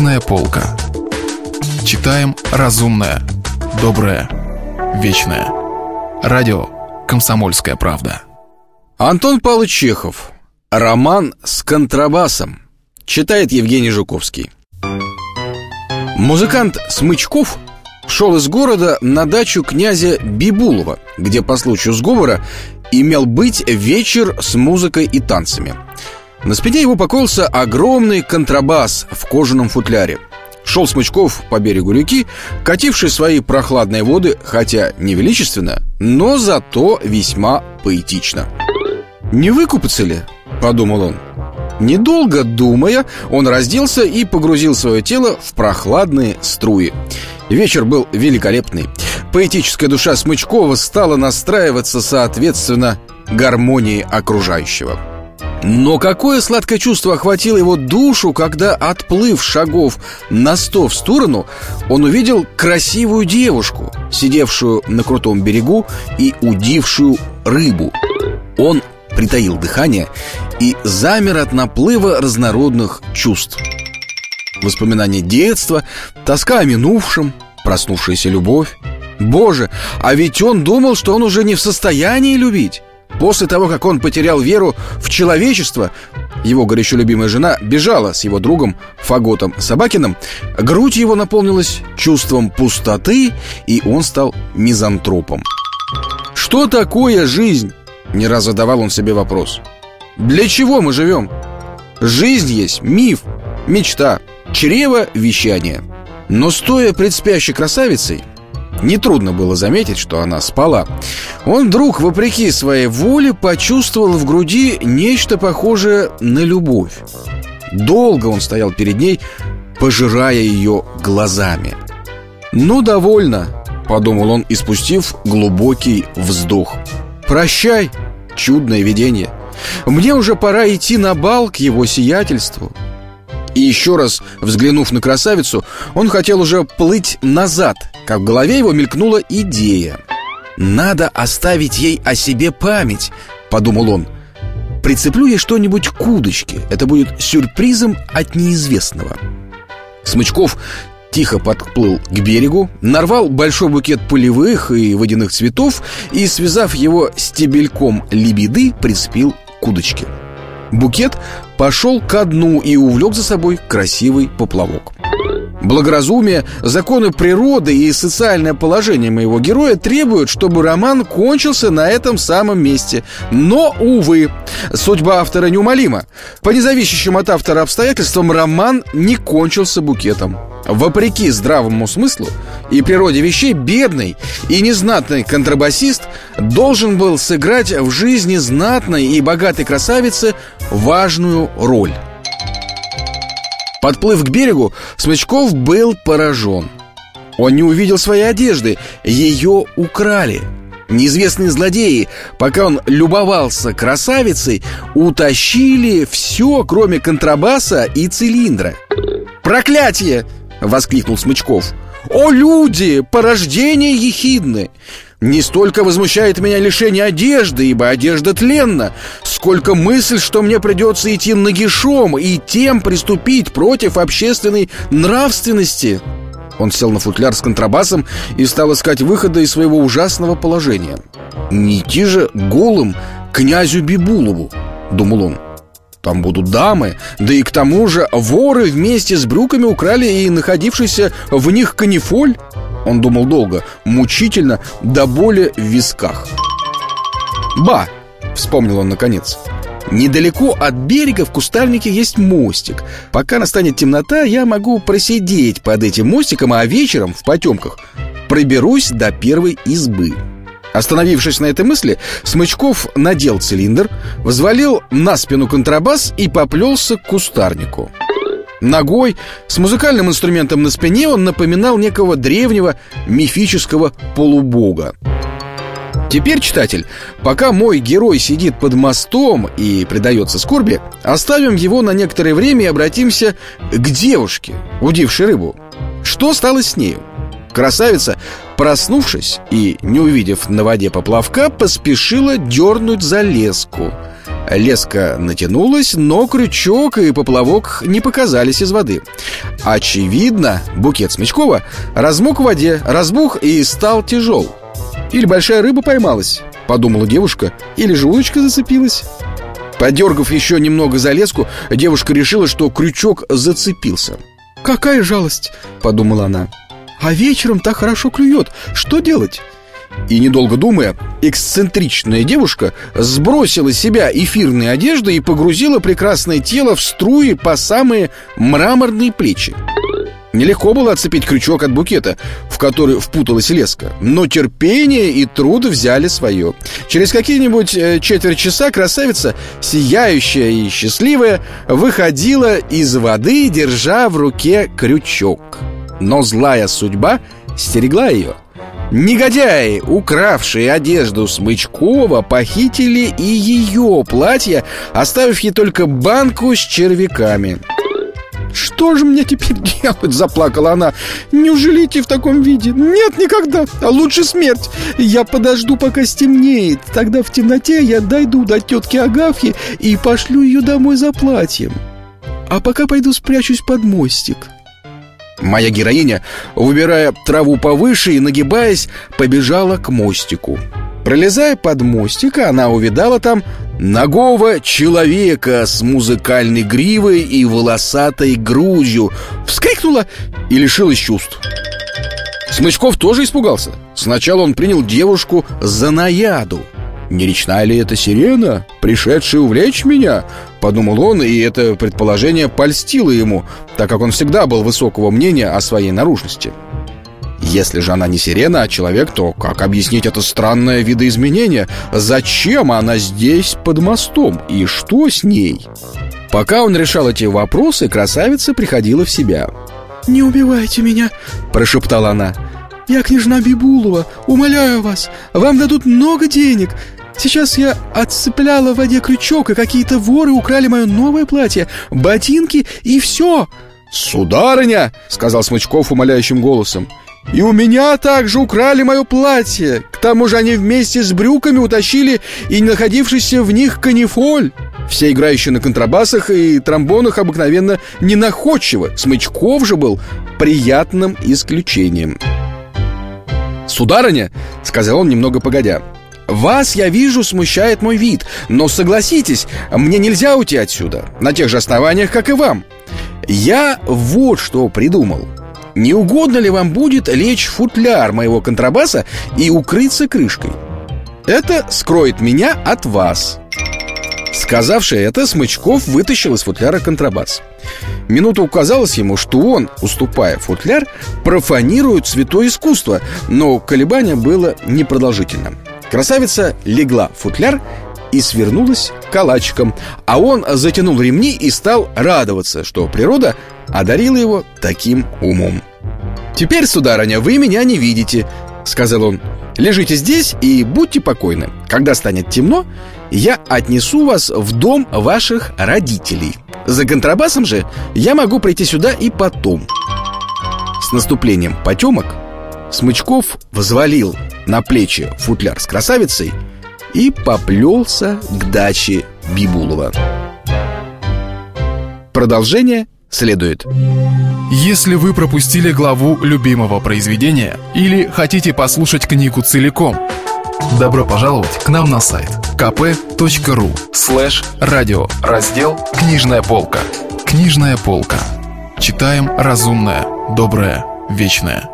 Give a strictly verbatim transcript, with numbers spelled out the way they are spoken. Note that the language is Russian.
Книжная полка. Читаем разумное, доброе, вечное. Радио «Комсомольская правда». Антон Павлович Чехов. Роман с контрабасом. Читает Евгений Жуковский. Музыкант Смычков шел из города на дачу князя Бибулова, где по случаю сговора имел быть вечер с музыкой и танцами. На спине его покоился огромный контрабас в кожаном футляре. Шел Смычков по берегу реки, кативший свои прохладные воды, хотя не величественно, но зато весьма поэтично. «Не выкупаться ли?» — подумал он. Недолго думая, он разделся и погрузил свое тело в прохладные струи. Вечер был великолепный. Поэтическая душа Смычкова стала настраиваться соответственно гармонии окружающего. Но какое сладкое чувство охватило его душу, когда, отплыв шагов на сто в сторону, он увидел красивую девушку, сидевшую на крутом берегу и удившую рыбу. Он притаил дыхание и замер от наплыва разнородных чувств. Воспоминания детства, тоска о минувшем, проснувшаяся любовь. Боже, а ведь он думал, что он уже не в состоянии любить. После того, как он потерял веру в человечество, его горячо любимая жена бежала с его другом Фаготом Собакиным, грудь его наполнилась чувством пустоты, и он стал мизантропом. Что такое жизнь? Не раз задавал он себе вопрос. Для чего мы живем? Жизнь есть миф, мечта, чрево вещания. Но стоя пред спящей красавицей, нетрудно было заметить, что она спала. Он вдруг, вопреки своей воле, почувствовал в груди нечто похожее на любовь. Долго он стоял перед ней, пожирая ее глазами. «Ну, довольно», — подумал он, испустив глубокий вздох. «Прощай, чудное видение. Мне уже пора идти на бал к его сиятельству». И еще раз взглянув на красавицу, он хотел уже плыть назад, как в голове его мелькнула идея. «Надо оставить ей о себе память», — подумал он. «Прицеплю ей что-нибудь к удочке. Это будет сюрпризом от неизвестного». Смычков тихо подплыл к берегу, нарвал большой букет полевых и водяных цветов и, связав его стебельком лебеды, прицепил к удочке. Букет пошел ко дну и увлек за собой красивый поплавок. Благоразумие, законы природы и социальное положение моего героя требуют, чтобы роман кончился на этом самом месте. Но, увы, судьба автора неумолима. По независящим от автора обстоятельствам роман не кончился букетом. Вопреки здравому смыслу и природе вещей, бедный и незнатный контрабасист должен был сыграть в жизни знатной и богатой красавицы важную роль. Подплыв к берегу, Смычков был поражен. Он не увидел своей одежды, ее украли. Неизвестные злодеи, пока он любовался красавицей, утащили все, кроме контрабаса и цилиндра. «Проклятие!» — воскликнул Смычков. «О, люди, порождение ехидны! Не столько возмущает меня лишение одежды, ибо одежда тленна, сколько мысль, что мне придется идти нагишом и тем приступить против общественной нравственности». Он сел на футляр с контрабасом и стал искать выхода из своего ужасного положения. «Не идти же голым к князю Бибулову», — думал он. «Там будут дамы, да и к тому же воры вместе с брюками украли и находившийся в них канифоль». Он думал долго, мучительно, до боли в висках. «Ба!» — вспомнил он наконец. «Недалеко от берега в кустарнике есть мостик. Пока настанет темнота, я могу просидеть под этим мостиком, а вечером в потемках проберусь до первой избы». Остановившись на этой мысли, Смычков надел цилиндр, взвалил на спину контрабас и поплелся к кустарнику. Ногой, с музыкальным инструментом на спине, он напоминал некого древнего мифического полубога. Теперь, читатель, пока мой герой сидит под мостом и предается скорби, оставим его на некоторое время и обратимся к девушке, удившей рыбу. Что стало с нею? Красавица, проснувшись и не увидев на воде поплавка, поспешила дернуть за леску. Леска натянулась, но крючок и поплавок не показались из воды. Очевидно, букет Смычкова размок в воде, разбух и стал тяжел. «Или большая рыба поймалась», — подумала девушка, — «или же удочка зацепилась». Подергав еще немного за леску, девушка решила, что крючок зацепился. «Какая жалость», — подумала она. «А вечером так хорошо клюет. Что делать?» И, недолго думая, эксцентричная девушка сбросила с себя эфирные одежды и погрузила прекрасное тело в струи по самые мраморные плечи. Нелегко было отцепить крючок от букета, в который впуталась леска, но терпение и труд взяли свое. Через какие-нибудь четверть часа красавица, сияющая и счастливая, выходила из воды, держа в руке крючок. Но злая судьба стерегла ее. Негодяи, укравшие одежду Смычкова, похитили и ее платье, оставив ей только банку с червяками. «Что же мне теперь делать?» — заплакала она. «Неужели идти в таком виде? Нет, никогда! А лучше смерть! Я подожду, пока стемнеет. Тогда в темноте я дойду до тетки Агафьи и пошлю ее домой за платьем. А пока пойду спрячусь под мостик». Моя героиня, выбирая траву повыше и нагибаясь, побежала к мостику. Пролезая под мостик, она увидала там нагого человека с музыкальной гривой и волосатой грудью, вскрикнула и лишилась чувств. Смычков тоже испугался. Сначала он принял девушку за наяду. «Не речная ли это сирена, пришедшая увлечь меня?» — подумал он, и это предположение польстило ему, так как он всегда был высокого мнения о своей наружности. Если же она не сирена, а человек, то как объяснить это странное видоизменение? Зачем она здесь под мостом? И что с ней? Пока он решал эти вопросы, красавица приходила в себя. «Не убивайте меня!» — прошептала она. «Я княжна Бибулова, умоляю вас, вам дадут много денег. Сейчас я отцепляла в воде крючок, и какие-то воры украли мое новое платье, ботинки и все». «Сударыня!» — сказал Смычков умоляющим голосом. «И у меня также украли мое платье. К тому же они вместе с брюками утащили и находившийся в них канифоль». Все играющие на контрабасах и тромбонах обыкновенно ненаходчивы. Смычков же был приятным исключением. «Сударыня!» — сказал он немного погодя. «Вас, я вижу, смущает мой вид, но согласитесь, мне нельзя уйти отсюда на тех же основаниях, как и вам. Я вот что придумал. Не угодно ли вам будет лечь в футляр моего контрабаса и укрыться крышкой? Это скроет меня от вас». Сказавши это, Смычков вытащил из футляра контрабас. Минуту казалось ему, что он, уступая футляр, профанирует святое искусство, но колебание было непродолжительно. Красавица легла в футляр и свернулась калачиком, а он затянул ремни и стал радоваться, что природа одарила его таким умом. «Теперь, сударыня, вы меня не видите», — сказал он. «Лежите здесь и будьте покойны. Когда станет темно, я отнесу вас в дом ваших родителей. За контрабасом же я могу прийти сюда и потом». С наступлением потемок Смычков взвалил на плечи футляр с красавицей и поплелся к даче Бибулова. Продолжение следует. Если вы пропустили главу любимого произведения или хотите послушать книгу целиком, добро пожаловать к нам на сайт kp.ru слэш радио, раздел «Книжная полка». Книжная полка. Читаем разумное, доброе, вечное.